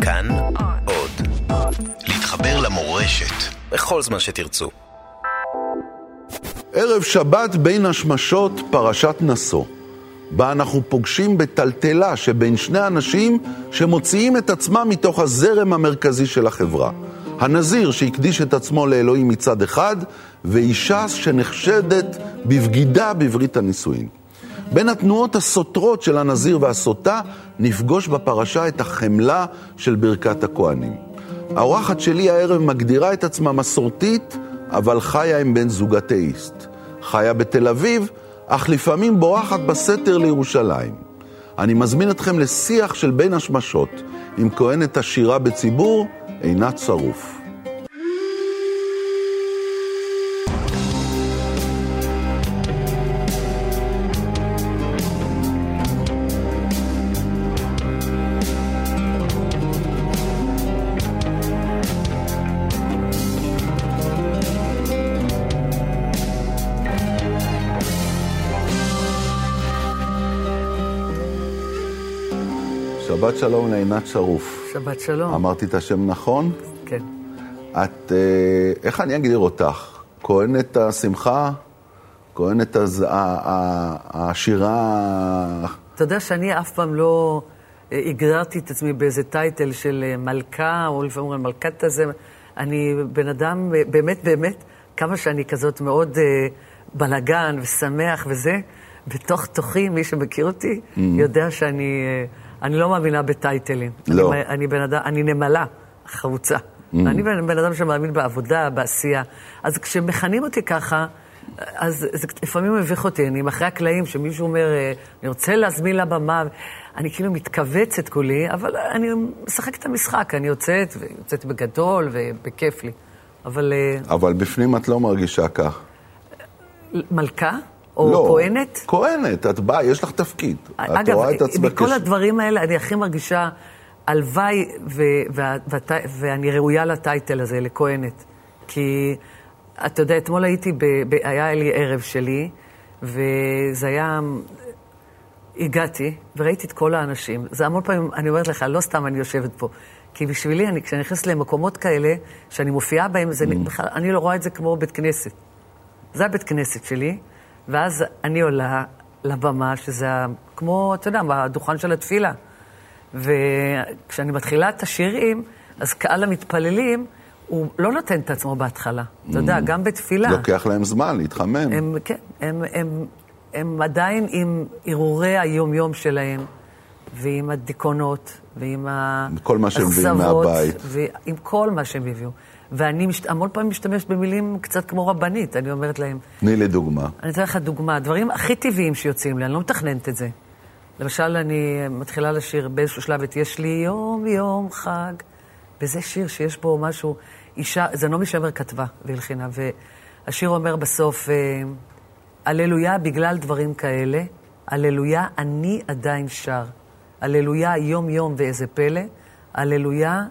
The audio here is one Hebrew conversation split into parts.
כאן עוד. להתחבר למורשת בכל זמן שתרצו. ערב שבת בין השמשות פרשת נשוא, בה אנחנו פוגשים בטלטלה שבין שני אנשים שמוציאים את עצמם מתוך הזרם המרכזי של החברה. הנזיר שהקדיש את עצמו לאלוהים מצד אחד, ואישה שנחשדת בבגידה בברית הנישואין. בין התנועות הסותרות של הנזיר והסוטה נפגוש בפרשה את החמלה של ברכת הכהנים. האורחת שלי הערב מגדירה את עצמה מסורתית, אבל חיה עם בן זוג אתאיסט. חיה בתל אביב, אך לפעמים בורחת בסתר לירושלים. אני מזמין אתכם לשיח של בין השמשות, עם כהנת השירה בציבור, עינת שרוף. שבת שלום לעינת שרוף. שבת שלום. אמרתי את השם נכון? כן. את, איך אני אגדיר אותך? כהנת השמחה? כהנת השירה? אתה יודע שאני אף פעם לא הגדרתי את עצמי באיזה טייטל של מלכה, או לפעמים אומרים מלכת הזה. אני בן אדם, באמת, כמה שאני כזאת מאוד בלגן ושמח וזה, בתוך תוכי, מי שמכיר אותי, יודע שאני... אני לא מאמינה בטייטלים. לא. אני נמלה, חרוצה. אני בן אדם שמאמין בעבודה, בעשייה. אז כשמכנים אותי ככה, אז זה לפעמים מביך אותי. אני מאחורי הקלעים, שמישהו אומר, אני רוצה להזמין לבמה, אני כאילו מתכווצת כולי, אבל אני משחק את המשחק. אני יוצאת בגדול ובכיף לי. אבל בפנים את לא מרגישה כך. מלכה? או כהנת? כהנת, את באה, יש לך תפקיד. אגב, מכל הדברים האלה, אני הכי מרגישה הלוואי, ואני ראויה לטייטל הזה, לכהנת. כי, אתה יודע, אתמול היה לי ערב שלי, וזה היה... הגעתי, וראיתי את כל האנשים. זה המון פעמים, אני אומרת לך, לא סתם אני יושבת פה. כי בשבילי, כשאני נכנסת למקומות כאלה, שאני מופיעה בהם, אני לא רואה את זה כמו בית כנסת. זה הבית כנסת שלי, ואז אני עולה לבמה, שזה כמו, אתה יודע, בדוכן של התפילה. וכשאני מתחילה את השירים, אז קהל המתפללים, הוא לא נותן את עצמו בהתחלה. אתה יודע, גם בתפילה. לוקח להם זמן להתחמם. הם עדיין עם ערעורי היום-יום שלהם, ועם הדיכאונות, ועם כל מה שהם מביאים מהבית. ועם כל מה שהם הביאו. ואני המון פעמים משתמשת במילים קצת כמו רבנית, אני אומרת להם... תני לי דוגמה. אני אתן לך דוגמה, הדברים הכי טבעיים שיוצאים לי, אני לא מתכננת את זה. למשל, אני מתחילה לשיר באיזשהו שלב את יש לי יום יום חג, וזה שיר שיש בו משהו, אישה, זה נעמי שמר כתבה והלחינה, והשיר אומר בסוף, הללויה בגלל דברים כאלה, הללויה אני עדיין שר, הללויה יום יום ואיזה פלא, הללויה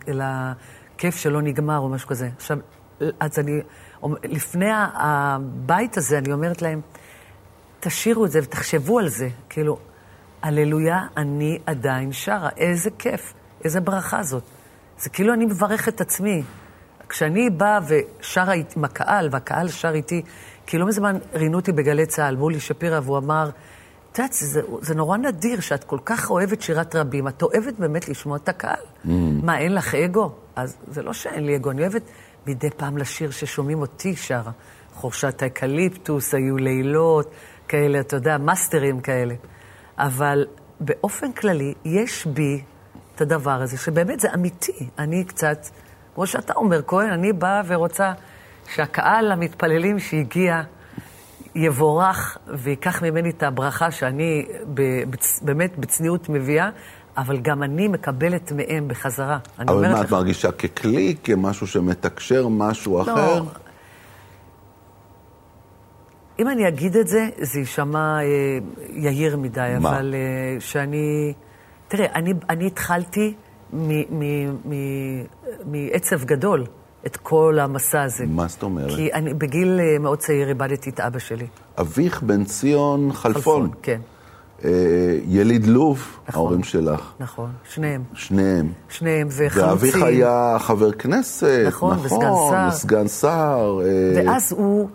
כיף שלא נגמר או משהו כזה. עכשיו, אז לפני הבית הזה, אני אומרת להם, תשירו את זה ותחשבו על זה. כאילו, הללויה, אני עדיין שרה. איזה כיף, איזה ברכה זאת. זה כאילו אני מברך את עצמי. כשאני באה ושרה עם הקהל, והקהל שר איתי, כי לא מזמן ראינו אותי בגלי צהל, מולי שפירא, והוא אמר, זה נורא נדיר שאת כל כך אוהבת שירת רבים, את אוהבת באמת לשמוע את הקהל. מה, אין לך אגו? אז זה לא שאין לי אגו, אני אוהבת מדי פעם לשיר ששומעים אותי שרה. חורשת האקליפטוס, היו לילות, כאלה, אתה יודע, מאסטרים כאלה. אבל באופן כללי, יש בי את הדבר הזה, שבאמת זה אמיתי. אני קצת, כמו שאתה אומר, כהן, אני באה ורוצה שהקהל המתפללים שהגיע יבורך ויקח ממני את הברכה שאני באמת בצניעות מביאה, אבל גם אני מקבלת מהם בחזרה. אבל מה את מרגישה ככלי, כמשהו שמתקשר משהו אחר? אם אני אגיד את זה, זה יישמע יהיר מדי, אבל שאני... תראה, אני התחלתי מעצב גדול את כל המסע הזה. מה זאת אומרת? כי אני בגיל מאוד צעיר איבדתי את אבא שלי. אביך בן ציון חלפון. כן. יליד לוב, ההורים שלך. נכון, שניהם. שניהם, וחלוצים. ואביך היה חבר כנסת, נכון, וסגן שר. ואז הוא,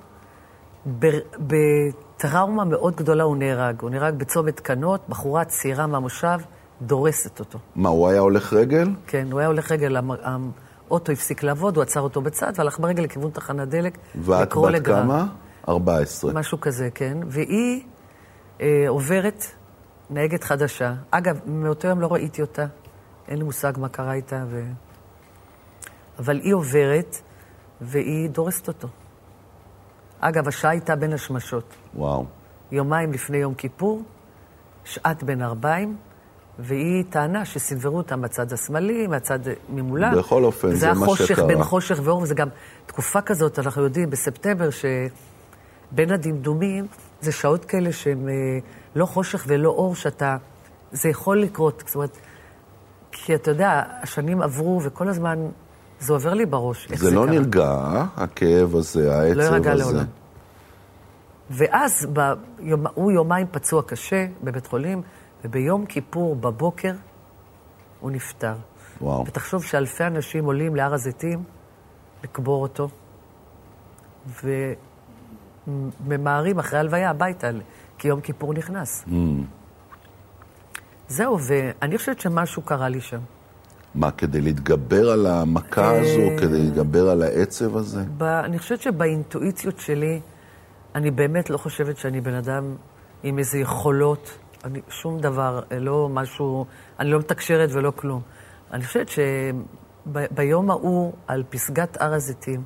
בטראומה מאוד גדולה הוא נהרג בצומת קנות, בחורה צעירה מהמושב, דורסת אותו. מה, הוא היה הולך רגל? כן, הוא היה הולך רגל, האוטו הפסיק לעבוד, הוא עצר אותו בצד, והלך ברגל לכיוון תחנת דלק. ואת בת כמה? 14. משהו כזה, כן. והיא עוברת נהגת חדשה. אגב, מאותו יום לא ראיתי אותה, אין לי מושג מה קרה איתה, אבל היא עוברת, והיא דורסת אותו. אגב, השעה הייתה בין השמשות. וואו. יומיים לפני יום כיפור, שעת בין 40, והיא טענה שסנברו אותה מהצד השמאלי, מהצד ממולה. בכל אופן, זה מה שקרה. זה היה חושך בין חושך ואור, וזה גם תקופה כזאת, אנחנו יודעים, בספטמבר, שבין הדמדומים, זה שעות כאלה שהן לא חושך ולא אור, זה יכול לקרות. זאת אומרת, כי אתה יודע, השנים עברו, וכל הזמן זה עובר לי בראש. זה לא נרגע, הכאב הזה, העצב הזה. לא ירגע לעולם. ואז הוא יומיים פצוע קשה בבית חולים, וביום כיפור בבוקר הוא נפטר. וואו. ותחשוב שאלפי אנשים עולים להר הזיתים לקבור אותו, וממהרים אחרי הלוויה הביתה, כי יום כיפור נכנס. זהו, ואני חושבת שמשהו קרה לי שם. מה, כדי להתגבר על המכה הזו, כדי להתגבר על העצב הזה? אני חושבת שבאינטואיציות שלי, אני באמת לא חושבת שאני בן אדם עם איזה יכולות, שום דבר, לא משהו, אני לא מתקשרת ולא כלום. אני חושבת שביום ההוא, על פסגת הר הזיתים,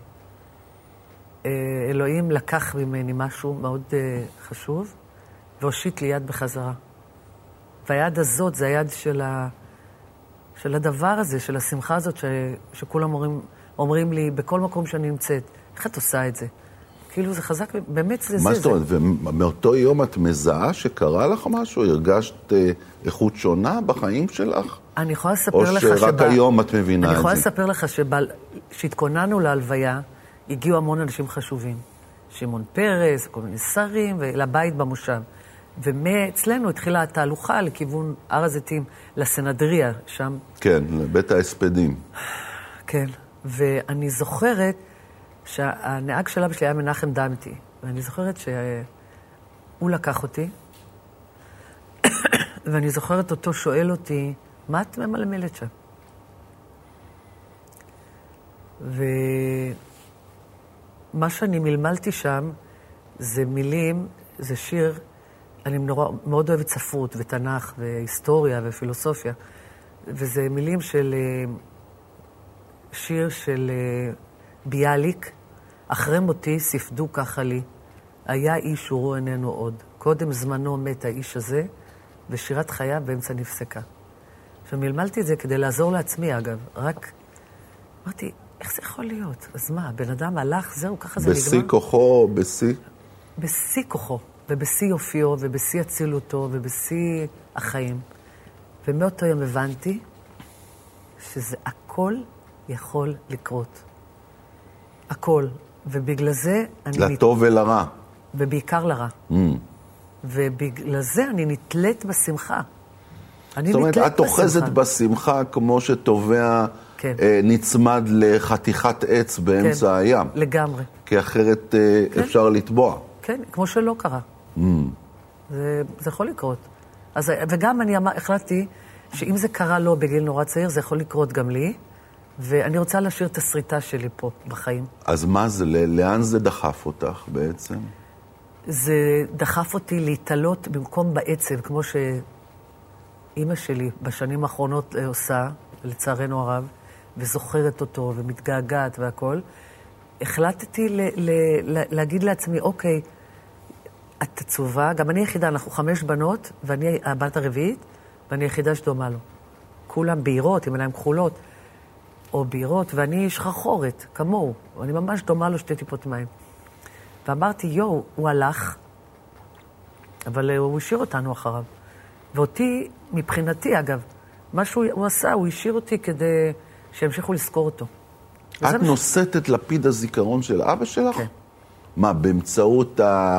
אלוהים לקח ממני משהו מאוד חשוב, והושיט לי יד בחזרה. והיד הזאת, זה היד של הדבר הזה, של השמחה הזאת, שכולם אומרים לי, בכל מקום שאני נמצאת, איך את עושה את זה? כאילו זה חזק, באמת זה. מה זאת אומרת? ומאותו יום את מזהה שקרה לך משהו? הרגשת איכות שונה בחיים שלך? אני יכולה לספר לך או שרק היום את מבינה את זה? אני יכולה לספר לך שהתכוננו להלוויה, הגיעו המון אנשים חשובים. שמעון פרס, כל מיני שרים, ולבית במושב. ומאצלנו התחילה התהלוכה לכיוון הר הזיתים, לסנהדריה, שם. כן, לבית ההספדים. כן, ואני זוכרת שהנהג של אבא שלי היה מנחם דמתי, ואני זוכרת שהוא לקח אותי, ואני זוכרת אותו שואל אותי, מה את ממלמלת שם? ומה שאני מלמלתי שם זה מילים, זה שיר, אני מאוד אוהבת ספרות ותנ"ך והיסטוריה ופילוסופיה, וזה מילים של שיר של ביאליק, אחרי מותי ספדו ככה לי, היה איש ורו איננו עוד. קודם זמנו מת האיש הזה, ושירת חייו באמצע נפסקה. ומלמלתי את זה כדי לעזור לעצמי, אגב. רק אמרתי, איך זה יכול להיות? אז מה, בן אדם הלך, זהו, ככה זה נגמר? בשיא כוחו, בשיא? בשיא כוחו, ובשיא יופיו, ובשיא אצילותו, ובשיא החיים. ומאותו יום הבנתי שזה הכל יכול לקרות. הכל. ובגלל זה אני... לטוב ולרע. ובעיקר לרע. ובגלל זה אני נתלית בשמחה. זאת אומרת, את אוחזת בשמחה כמו שטובע כן. נצמד לחתיכת עץ באמצע הים. לגמרי. כי אחרת כן. אפשר לטבוע. כן, כמו שלא קרה. זה יכול לקרות. אז, וגם אני החלטתי שאם זה קרה לו בגיל נורא צעיר, זה יכול לקרות גם לי. ואני רוצה להשאיר את הסריטה שלי פה בחיים. אז מה זה? לאן זה דחף אותך בעצם? זה דחף אותי להתעלות במקום בעצב, כמו שאימא שלי בשנים האחרונות עושה, לצערנו הרב, וזוכרת אותו ומתגעגעת והכל. החלטתי להגיד לעצמי, אוקיי, את עצובה, גם אני יחידה, אנחנו 5 בנות, ואני הבת הרביעית, ואני יחידה שדומה לו. כולם בהירות, עם עיניים כחולות. או בירות, ואני שחרחורת, כמוהו. אני ממש דומה לו 2 טיפות מים. ואמרתי, יו, הוא הלך, אבל הוא השאיר אותנו אחריו. ואותי, מבחינתי, אגב, מה שהוא עשה, הוא השאיר אותי כדי שימשיכו לזכור אותו. את נושאת את לפיד הזיכרון של אבא שלך? כן. מה, באמצעות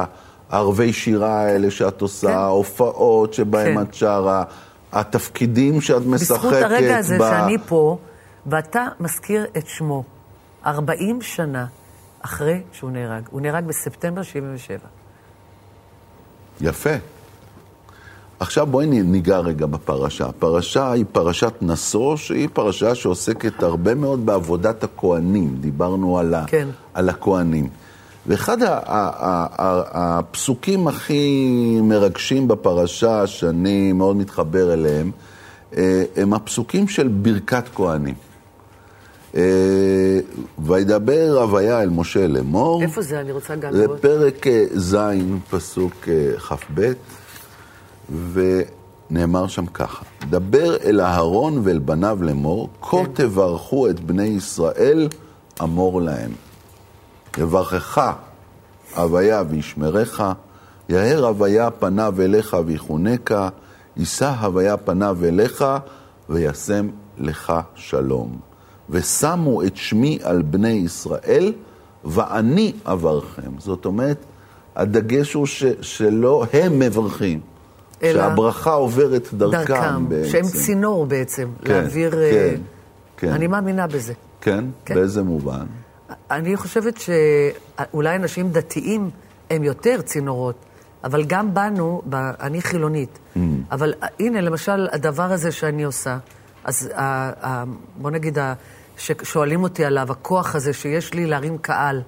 הערבי שירה האלה שאת עושה, ההופעות שבהם את שרה, התפקידים שאת משחקת. בזכות הרגע הזה שאני פה, ואתה מזכיר את שמו 40 שנה אחרי שהוא נהרג. הוא נהרג בספטמבר 77. יפה. עכשיו בואי ניגע רגע בפרשה. הפרשה היא פרשת נשוא, שהיא פרשה שעוסקת הרבה מאוד בעבודת הכהנים. דיברנו על הכהנים. ואחד הפסוקים הכי מרגשים בפרשה, שאני מאוד מתחבר אליהם, הם הפסוקים של ברכת כהנים. וידבר הוויה אל משה לאמור. איפה זה? אני רוצה גם זה פרק ז' פסוק כ"ב, ונאמר שם ככה: דבר אל אהרון ואל בניו לאמור, כה תברכו את בני ישראל, אמור להם. יברכך הוויה וישמרך, יאר הוויה פניו אליך ויחונקה, יישא הוויה פניו אליך וישם לך שלום. ושמו את שמי על בני ישראל, ואני אברכם. זאת אומרת, הדגש הוא שלא הם מברכים, שהברכה עוברת דרכם בעצם. שהם צינור בעצם, להעביר... כן. אני מאמינה בזה. כן? באיזה מובן? אני חושבת שאולי אנשים דתיים הם יותר צינורות, אבל גם בנו, אני חילונית. אבל הנה, למשל, הדבר הזה שאני עושה, אז בוא נגיד, ששואלים אותי עליו, הכוח הזה שיש לי להרים קהל,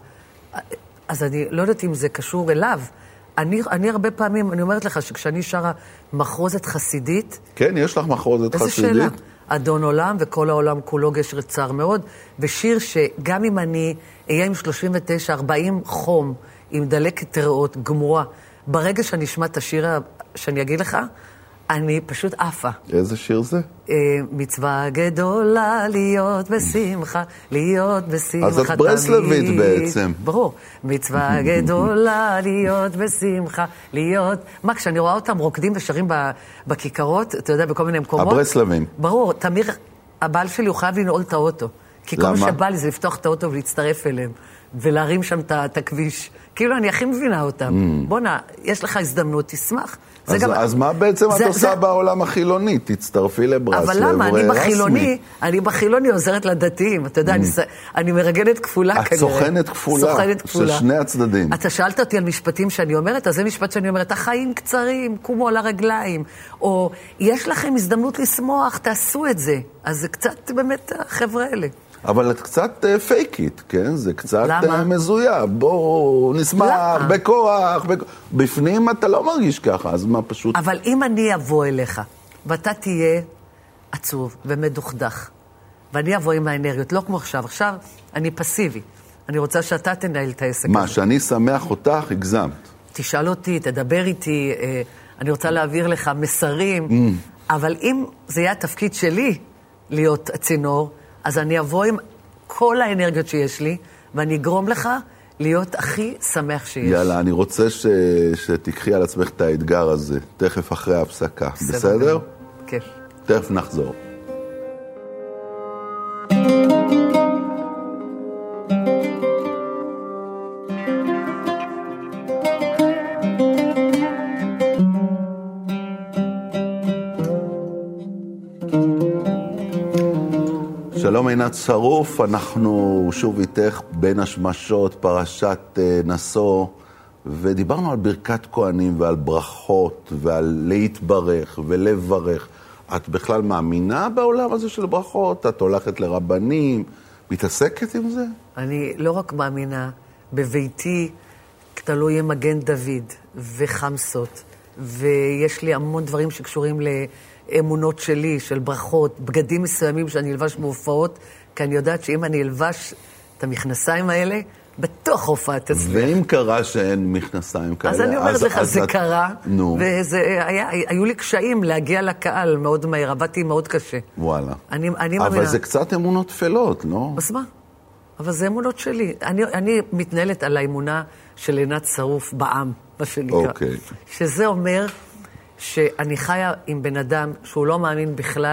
אז אני לא יודעת אם זה קשור אליו. אני הרבה פעמים, אני אומרת לך שכשאני שרה מחרוזת חסידית... כן, יש לך מחרוזת חסידית? איזה שאלה. אדון עולם וכל העולם כולו גשר צר מאוד, ושיר שגם אם אני אהיה עם 39-40 חום, עם דלקת ריאות גמורה, ברגע שאני אשמע את השיר שאני אגיד לך, אני פשוט עפה. איזה שיר זה? מצווה גדולה להיות בשמחה, להיות בשמחה. אז את ברסלבית בעצם. ברור. מצווה גדולה להיות בשמחה, להיות... מה, כשאני רואה אותם רוקדים ושרים בכיכרות, אתה יודע, בכל מיני מקומות? הברסלבים. ברור, תמיר, הבעל שלי הוא חייב לנעול את האוטו. כי כל מה שבא לי זה לפתוח את האוטו ולהצטרף אליהם, ולהרים שם את הכביש. כאילו, אני הכי מבינה אותם. בונה, יש לך הזדמנות, תשמח. אז מה בעצם את עושה בעולם החילוני? תצטרפי לברסלב. אבל למה? אני בחילוני עוזרת לדתיים. אתה יודע, אני מרגנת כפולה כנראה. את סוכנת כפולה. של שני הצדדים. אתה שאלת אותי על משפטים שאני אומרת, אז זה משפט שאני אומרת, החיים קצרים, קומו על הרגליים. או, יש לכם הזדמנות לשמוח, תעשו את זה. אז זה קצת באמת החבר'ה האלה. אבל את קצת פייקית, כן? זה קצת מזויה. בואו נשמח, בכוח. בפנים אתה לא מרגיש ככה, אז מה פשוט... אבל אם אני אבוא אליך, ואתה תהיה עצוב ומדוכדך, ואני אבוא עם האנרגיות, לא כמו עכשיו. עכשיו אני פסיבי. אני רוצה שאתה תנהל את העסק הזה. מה, שאני שמח אותך, הגזמת. תשאל אותי, תדבר איתי, אני רוצה להעביר לך מסרים, אבל אם זה יהיה התפקיד שלי להיות הצינור, אז אני אבוא עם כל האנרגיות שיש לי, ואני אגרום לך להיות הכי שמח שיש. יאללה, אני רוצה שתיקחי על עצמך את האתגר הזה, תכף אחרי ההפסקה. בסדר? כן. תכף נחזור. שלום עינת שרוף, אנחנו שוב איתך בין השמשות, פרשת נשוא, ודיברנו על ברכת כהנים ועל ברכות ועל להתברך ולברך. את בכלל מאמינה בעולם הזה של ברכות? את הולכת לרבנים, מתעסקת עם זה? אני לא רק מאמינה, בביתי תלוי עם מגן דוד וחמסות, ויש לי המון דברים שקשורים אמונות שלי, של ברכות, בגדים מסוימים שאני אלבש בהופעות, כי אני יודעת שאם אני אלבש את המכנסיים האלה, בתוך הופעה תצליח. ואם קרה שאין מכנסיים כאלה, אז אני אומרת לך, זה קרה, והיו לי קשיים להגיע לקהל מאוד מהר, עבדתי מאוד קשה. וואלה. אני מאמינה. אבל זה קצת אמונות תפלות, לא? אז מה? אבל זה אמונות שלי. אני מתנהלת על האמונה של עינת שרוף בעם, מה שנקרא. שזה אומר שאני חיה עם בן אדם שהוא לא מאמין בכלל,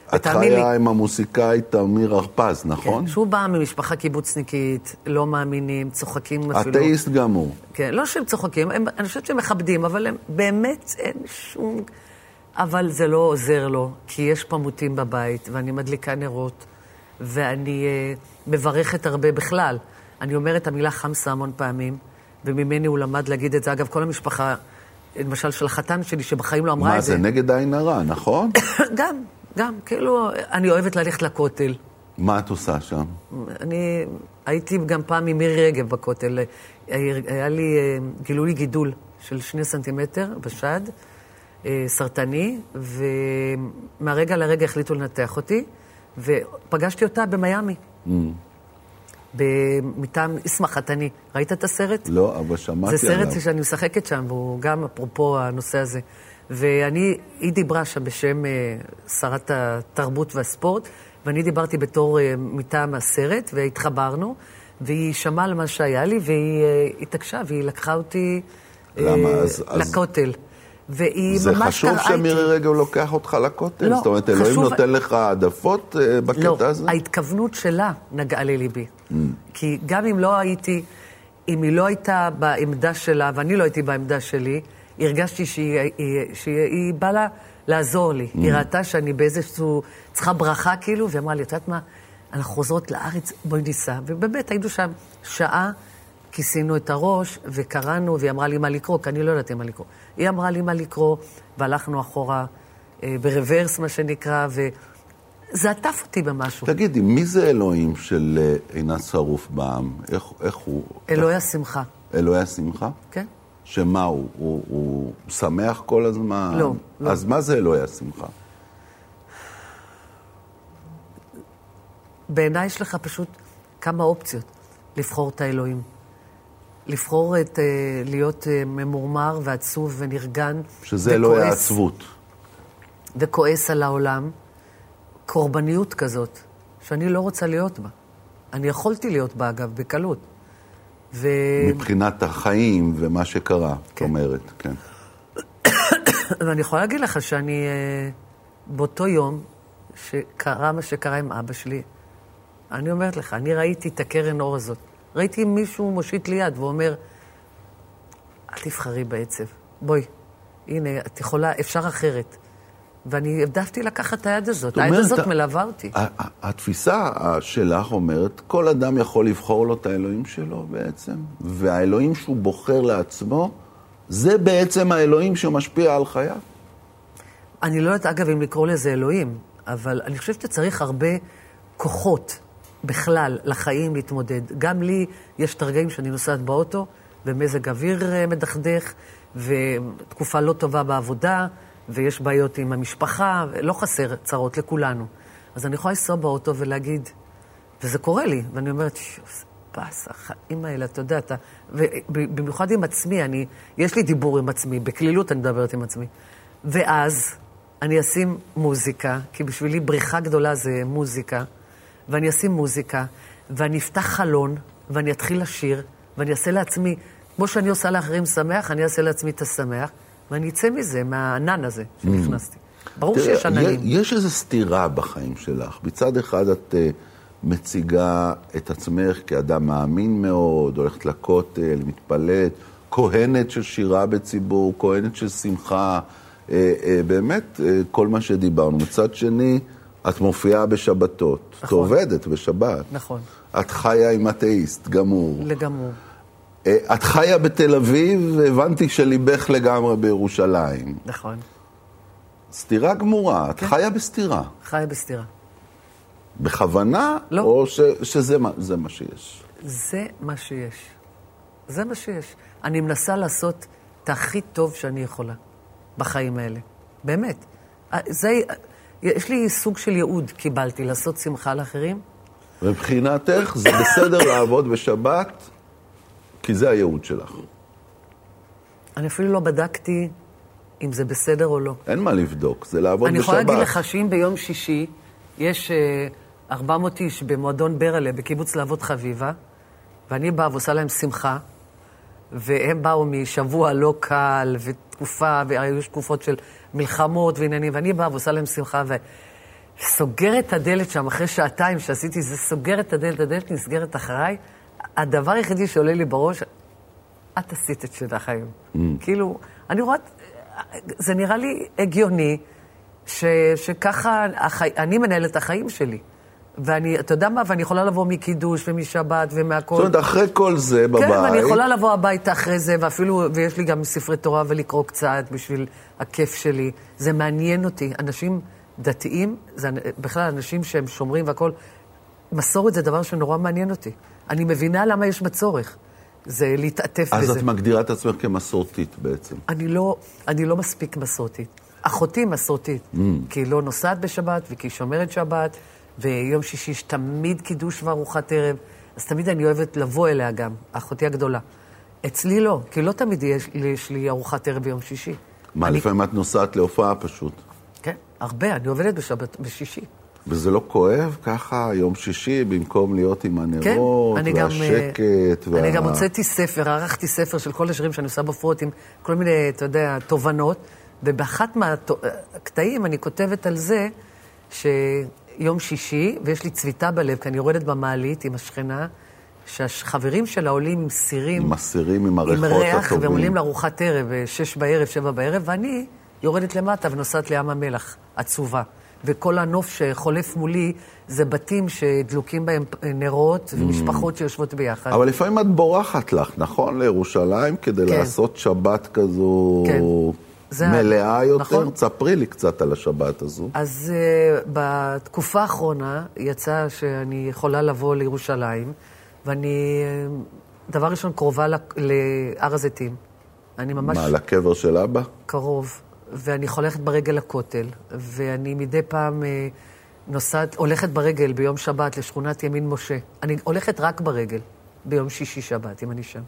את חיה עם המוסיקאי תמיר הרפז, נכון? כן, שהוא בא ממשפחה קיבוצניקית, לא מאמינים, צוחקים אפילו. אתאיסט גם הוא. כן, לא שהם צוחקים, אני חושבת שהם מכבדים, אבל הם באמת אין שום... אבל זה לא עוזר לו, כי יש פמוטים בבית, ואני מדליקה נרות, ואני מברכת הרבה בכלל. אני אומרת המילה חמסה המון פעמים, וממני הוא למד להגיד את זה. אגב, כל המשפחה, למשל של החתן שלי, שבחיים לא אמרה את זה. מה, זה נגד עין הרע, נכון? גם, כאילו, אני אוהבת ללכת לכותל. מה את עושה שם? אני הייתי גם פעם עם מירי רגב בכותל. היה לי גילוי גידול של 2 סנטימטר בשד, סרטני, ומהרגע לרגע החליטו לנתח אותי, ופגשתי אותה במיימי. מטעם איסמה חתני. ראית את הסרט? לא, אבל שמעתי זה סרט שאני משחקת שם, והוא גם אפרופו הנושא הזה. היא דיברה שם בשם שרת התרבות והספורט, ואני דיברתי בתור מטעם הסרט, והתחברנו, והיא שמעה על מה שהיה לי, והיא התעקשה, והיא לקחה אותי לכותל. זה חשוב שמירי רגב לוקח אותך לכותל? לא, זאת אומרת, אלוהים נותן לך העדפות בקטע הזה? לא, ההתכוונות שלה נגעה לליבי. כי גם אם לא הייתי, אם היא לא הייתה בעמדה שלה, ואני לא הייתי בעמדה שלי, הרגשתי שהיא באה לה לעזור לי. היא ראתה שאני באיזשהו צריכה ברכה כאילו, והיא אמרה לי, את יודעת מה, אנחנו חוזרות לארץ, בואי ניסע. ובאמת היינו שם שעה, כיסינו את הראש וקראנו, והיא אמרה לי מה לקרוא, כי אני לא יודעת מה לקרוא. היא אמרה לי מה לקרוא, והלכנו אחורה ברוורס, מה שנקרא, וזה עטף אותי במשהו. תגידי, מי זה אלוהים של עינת שרוף בעם? איך הוא? אלוהי השמחה. אלוהי השמחה? כן. שמה, הוא שמח כל הזמן? לא. אז מה זה אלוהי השמחה? בעיניי יש לך פשוט כמה אופציות לבחור את האלוהים. לבחור להיות ממורמר ועצוב ונרגן. שזה אלוהי העצבות. וכועס על העולם. קורבניות כזאת, שאני לא רוצה להיות בה. אני יכולתי להיות בה, אגב, בקלות. מבחינת החיים ומה שקרה, זאת אומרת, כן. ואני יכולה להגיד לך שאני, באותו יום שקרה מה שקרה עם אבא שלי, אני אומרת לך, אני ראיתי את הקרן אור הזאת. ראיתי מישהו מושיט לי יד ואומר, אל תבחרי בעצב. בואי, הנה, את יכולה, אפשר אחרת. ואני הבדפתי לקחת את היד הזאת. היד הזאת מלווה אותי. התפיסה שלך אומרת, כל אדם יכול לבחור לו את האלוהים שלו בעצם, והאלוהים שהוא בוחר לעצמו, זה בעצם האלוהים שמשפיע על חייו. אני לא יודעת, אגב, אם לקרוא לזה אלוהים, אבל אני חושבת שצריך הרבה כוחות בכלל לחיים להתמודד. גם לי יש תרגעים שאני נוסעת באוטו, ומזג אוויר מדכדך, ותקופה לא טובה בעבודה, ויש בעיות עם המשפחה, לא חסר צרות לכולנו. אז אני יכולה לנסוע באוטו ולהגיד, וזה קורה לי, ואני אומרת, פס, החיים האלה, אתה יודע, במיוחד עם עצמי, יש לי דיבור עם עצמי, בכלילות אני מדברת עם עצמי. ואז אני אשים מוזיקה, כי בשבילי בריחה גדולה זה מוזיקה, ואני אשים מוזיקה, ואני אפתח חלון, ואני אתחיל לשיר, ואני אעשה לעצמי, כמו שאני עושה לאחרים שמח, אני אעשה לעצמי את השמח, ואני אצא מזה, מהענן הזה שנכנסתי. ברור שיש עננים. יש איזו סתירה בחיים שלך. מצד אחד את מציגה את עצמך כאדם מאמין מאוד, הולכת לכותל, מתפלאת, כהנת של שירה בציבור, כהנת של שמחה, באמת כל מה שדיברנו. מצד שני, את מופיעה בשבתות, נכון. את עובדת בשבת. נכון. את חיה עם אתאיסט, גמור. לגמור. את חיה בתל אביב, והבנתי שליבך לגמרי בירושלים. נכון. סתירה גמורה, את חיה בסתירה. חיה בסתירה. בכוונה? לא. או שזה מה שיש? זה מה שיש. זה מה שיש. אני מנסה לעשות את הכי טוב שאני יכולה בחיים האלה. באמת. יש לי סוג של ייעוד, קיבלתי, לעשות שמחה לאחרים. מבחינתך זה בסדר לעבוד בשבת, כי זה הייעוד שלך. אני אפילו לא בדקתי אם זה בסדר או לא. אין מה לבדוק, זה לעבוד בשבת. אני יכולה להגיד לך שאם ביום שישי יש 400 איש במועדון ברלה, בקיבוץ להבות חביבה, ואני באה ועושה להם שמחה, והם באו משבוע לא קל, ותקופה, והיו תקופות של מלחמות ועניינים, ואני באה ועושה להם שמחה, סוגר את הדלת שם, אחרי שעתיים שעשיתי זה, סוגר את הדלת, הדלת נסגרת אחריי, הדבר היחידי שעולה לי בראש, את עשית את שלך היום. כאילו, אני רואה, זה נראה לי הגיוני, שככה, אני מנהלת את החיים שלי. ואני, אתה יודע מה, ואני יכולה לבוא מקידוש ומשבת ומהכל. זאת אומרת, אחרי כל זה בבית... כן, ואני יכולה לבוא הביתה אחרי זה, ואפילו, ויש לי גם ספרי תורה ולקרוא קצת בשביל הכיף שלי. זה מעניין אותי. אנשים דתיים, זה בכלל אנשים שהם שומרים והכל, מסורת זה דבר שנורא מעניין אותי. אני מבינה למה יש בצורך. זה להתעטף בזה. אז את מגדירה את עצמך כמסורתית בעצם. אני לא מספיק מסורתית. אחותי מסורתית, כי היא לא נוסעת בשבת וכי היא שומרת שבת, ויום שישי יש תמיד קידוש וארוחת ערב, אז תמיד אני אוהבת לבוא אליה גם, אחותי הגדולה. אצלי לא, כי לא תמיד יש לי ארוחת ערב ביום שישי. מה, לפעמים את נוסעת להופעה פשוט? כן, הרבה, אני עובדת בשישי. וזה לא כואב ככה, יום שישי, במקום להיות עם הנרות, והשקט, אני גם הוצאתי ספר, ערכתי ספר של כל השירים שאני עושה בפרוט, עם כל מיני, אתה יודע, תובנות, ובאחת מהקטעים אני כותבת על זה, שיום שישי, ויש לי צביטה בלב, כי אני יורדת במעלית עם השכנה, שהחברים שלה עולים עם סירים, עם הסירים, עם הריחות הטובים. עם ריח, והם עולים לארוחת ערב, 6 בערב, 7 בערב, ואני יורדת למטה ונוסעת לים המלח, עצובה. וכל הנוף שחולף מולי זה בתים שדלוקים בהם נרות ומשפחות שיושבות ביחד. אבל לפעמים את בורחת לך, נכון? לירושלים, כדי לעשות שבת כזו מלאה יותר. תספרי לי קצת על השבת הזו. אז בתקופה האחרונה יצא שאני יכולה לבוא לירושלים, ואני דבר ראשון קרובה להר הזיתים. אני ממש... מה, לקבר של אבא? קרוב. ואני הולכת ברגל לכותל, ואני מדי פעם הולכת ברגל ביום שבת לשכונת ימין משה. אני הולכת רק ברגל ביום שישי שבת, אם אני שם.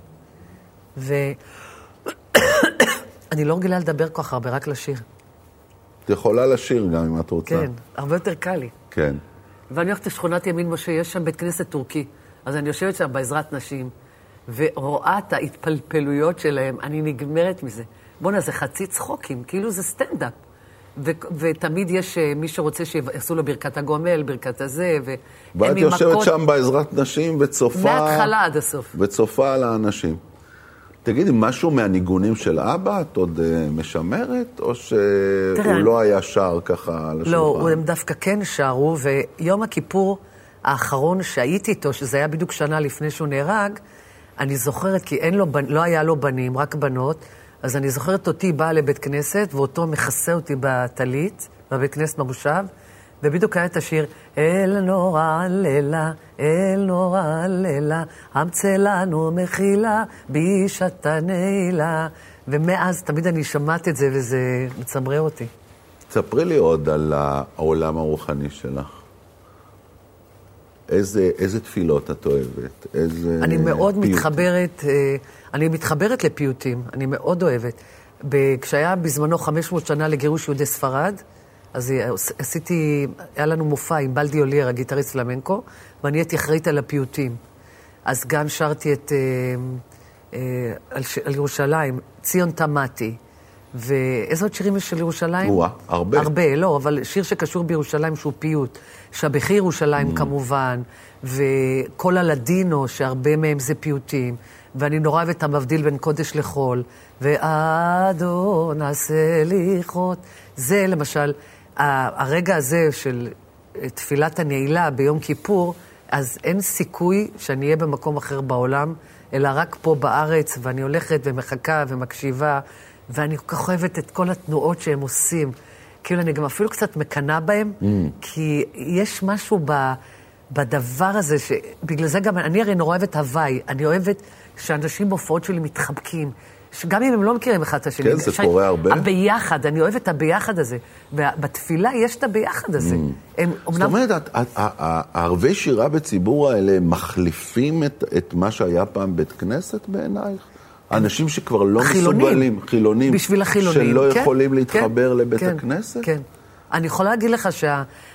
אני לא רגילה לדבר כל כך הרבה, רק לשיר. את יכולה לשיר גם אם את רוצה. כן, הרבה יותר קל לי. כן. ואני הולכת לשכונת ימין משה, יש שם בית כנסת טורקי. אז אני יושבת שם בעזרת נשים, ורואה את ההתפלפלויות שלהם, אני נגמרת מזה. בוא'נה, זה חצי צחוקים, כאילו זה סטנדאפ. ותמיד יש מי שרוצה שיעשו לו ברכת הגומל, ברכת הזה, ואת יושבת שם בעזרת נשים וצופה... מההתחלה עד הסוף. וצופה על האנשים. תגידי, משהו מהניגונים של אבא, את עוד משמרת, או שהוא לא היה שר ככה על השולחן? לא, הם דווקא כן שרו, ויום הכיפור האחרון שהייתי איתו, שזה היה בדיוק שנה לפני שהוא נהרג, אני זוכרת, כי לא היה לו בנים, רק בנות, אז אני זוכרת אותי באה לבית כנסת, ואותו מכסה אותי בטלית, בבית כנסת במושב, ובדיוק היה את השיר, אל נורא לילה, אל נורא לילה, המצא לנו מחילה, בישתה נעילה. ומאז תמיד אני שמעת את זה, וזה מצמרר אותי. תספרי לי עוד על העולם הרוחני שלך. איזה תפילות את אוהבת? אני מאוד מתחברת, אני מתחברת לפיוטים, אני מאוד אוהבת. כשהיה בזמנו 500 שנה לגירוש יהודי ספרד, אז היה לנו מופע עם בלדי אולייר, הגיטריסט פלמנקו, ואני הייתי אחראית על הפיוטים. אז גם שרתי על ירושלים, ציון תמתי, ואיזה עוד שירים יש של ירושלים? הרבה. הרבה, לא, אבל שיר שקשור בירושלים שהוא פיוט. שבחי ירושלים כמובן, וכל הלדינו, שהרבה מהם זה פיוטים, ואני נורא אוהבת המבדיל בין קודש לחול, ואדון עשה ליחות. זה למשל, הרגע הזה של תפילת הנעילה ביום כיפור, אז אין סיכוי שאני אהיה במקום אחר בעולם, אלא רק פה בארץ, ואני הולכת ומחכה ומקשיבה, ואני כל כך אוהבת את כל התנועות שהם עושים. כאילו אני גם אפילו קצת מקנה בהם, כי יש משהו בדבר הזה, שבגלל זה גם, אני הרי נורא אוהבת הוואי, אני אוהבת שאנשים בהופעות שלי מתחבקים, שגם אם הם לא מכירים אחד את השני. כן, זה קורה הרבה. הביחד, אני אוהבת את הביחד הזה, ובתפילה יש את הביחד הזה. זאת אומרת, הערבי שירה בציבור האלה מחליפים את מה שהיה פעם בית כנסת בעינייך? אנשים שכבר לא מסוגלים, חילונים, בשביל החילונים, שלא יכולים להתחבר לבית הכנסת? כן. אני יכולה להגיד לך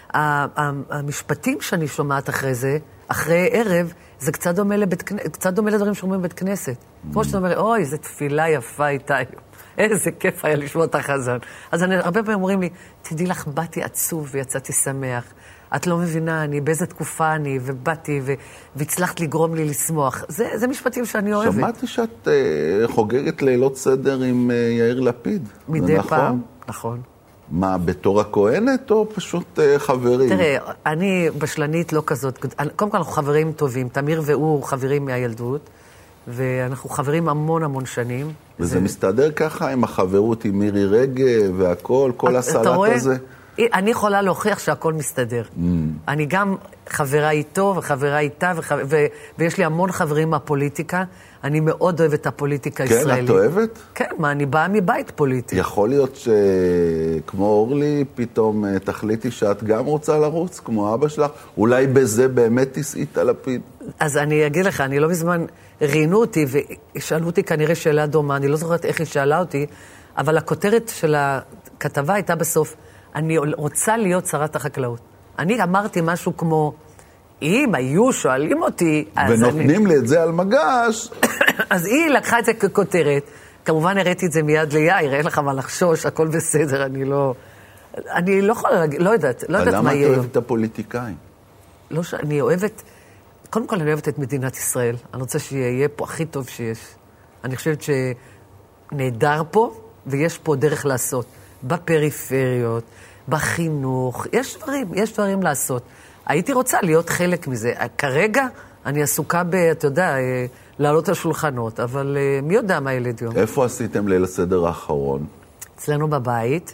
המשפטים שאני שומעת אחרי זה, אחרי ערב, זה קצת דומה לדברים שאומרים בבית כנסת. כמו שאתה אומר, אוי, איזו תפילה יפה הייתה היום. איזה כיף היה לשמוע את החזן. אז הרבה פעמים אומרים לי, תדעי לך, באתי עצוב ויצאתי שמח. את לא מבינה, באיזה תקופה אני, ובאתי, והצלחת לגרום לי לשמוח. זה משפטים שאני אוהבת. שמעתי שאת חוגגת לילות סדר עם יאיר לפיד. מדי פעם, נכון. מה, בתור הכהנת או פשוט חברים? תראה, אני בשלנית לא כזאת. קודם כל אנחנו חברים טובים. תמיר והוא חברים מהילדות, ואנחנו חברים המון שנים. וזה מסתדר ככה עם החברות עם מירי רגב והכל, כל הסלט הזה? אני יכולה להוכיח שהכל מסתדר. אני גם חברה איתו וחברה איתה, ויש לי המון חברים מהפוליטיקה. אני מאוד אוהבת את הפוליטיקה הישראלית. כן, את אוהבת? כן, אני באה מבית פוליטי. יכול להיות שכמו אורלי, פתאום תחליטי שאת גם רוצה לרוץ, כמו אבא שלך? אולי בזה באמת תסעית על לפיד? אז אני אגיד לך, אני לא מזמן ראיינו אותי, ושאלו אותי כנראה שאלה דומה, אני לא זוכרת איך היא שאלה אותי, אבל הכותרת של הכתבה הייתה בסוף, אני רוצה להיות שרת החקלאות. אני אמרתי משהו כמו, אם היו שואלים אותי... ונותנים לי את זה על מגש. אז היא לקחה את זה ככותרת. כמובן הראיתי את זה מיד ליאיר, אין לך מה לחשוש, הכל בסדר, אני לא יכולה להגיד, לא יודעת מה יהיה. למה את אוהבת את הפוליטיקאים? לא, אני אוהבת, קודם כל אני אוהבת את מדינת ישראל. אני רוצה שיהיה פה הכי טוב שיש. אני חושבת שנהדר פה, ויש פה דרך לעשות. בפריפריות, בחינוך, יש דברים לעשות. הייתי רוצה להיות חלק מזה. כרגע אני עסוקה אתה יודע, לעלות על שולחנות, אבל מי יודע מה ילד יום. איפה עשיתם ליל הסדר האחרון? אצלנו בבית,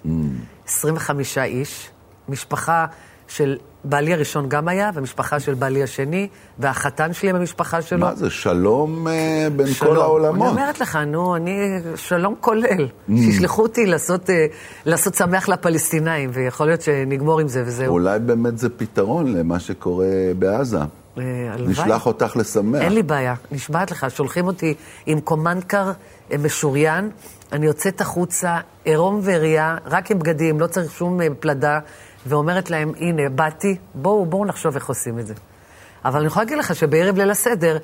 25 איש, משפחה של בעלי הראשון גם היה, ומשפחה של בעלי השני, והחתן שלי במשפחה שלו. מה זה, שלום בין כל העולמות? אני אומרת לך, אני שלום כולל. שישלחו אותי לעשות שמח לפלסטינאים, ויכול להיות שנגמור עם זה וזהו. אולי באמת זה פתרון למה שקורה בעזה. נשלח אותך לשמח. אין לי בעיה, נשבעת לך, שולחים אותי עם קומנדקר משוריין, אני יוצאת החוצה, עירום ועירייה, רק עם בגדים, לא צריך שום פלדה, ואומרת להם, הנה, באתי, בואו נחשוב איך עושים את זה. אבל אני יכולה להגיד לך שבערב ליל הסדר,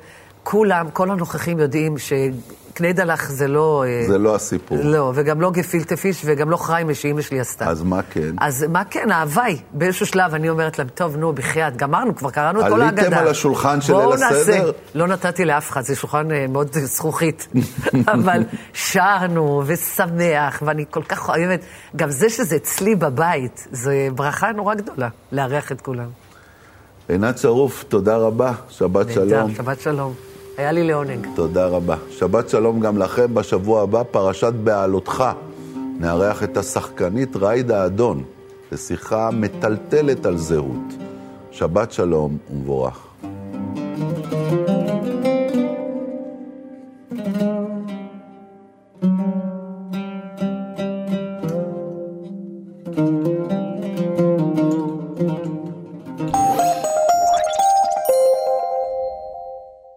כל הנוכחים יודעים שקניידלח זה לא... זה לא הסיפור. לא, וגם לא גפילטה פיש, וגם לא חריימה שאמא שלי עשתה. אז מה כן? אז מה כן, ההוואי. באיזשהו שלב אני אומרת להם, טוב, נו, בחייאת, גמרנו, כבר קראנו את כל ההגדה. עליתם על השולחן של ליל הסדר? לא נתתי לאף אחד, זה שולחן מאוד זכוכית. אבל שרנו ושמח, ואני כל כך אוהבת. גם זה שזה אצלי בבית, זה ברכה נורא גדולה, לארח את כולם. עינת שרוף, תודה רבה, שבת שלום. שבת שלום. היה לי לעונג. תודה רבה. שבת שלום גם לכם. בשבוע הבא, פרשת בעלותך. נארח את השחקנית ריידה אדון, לשיחה מטלטלת על זהות. שבת שלום ומבורך.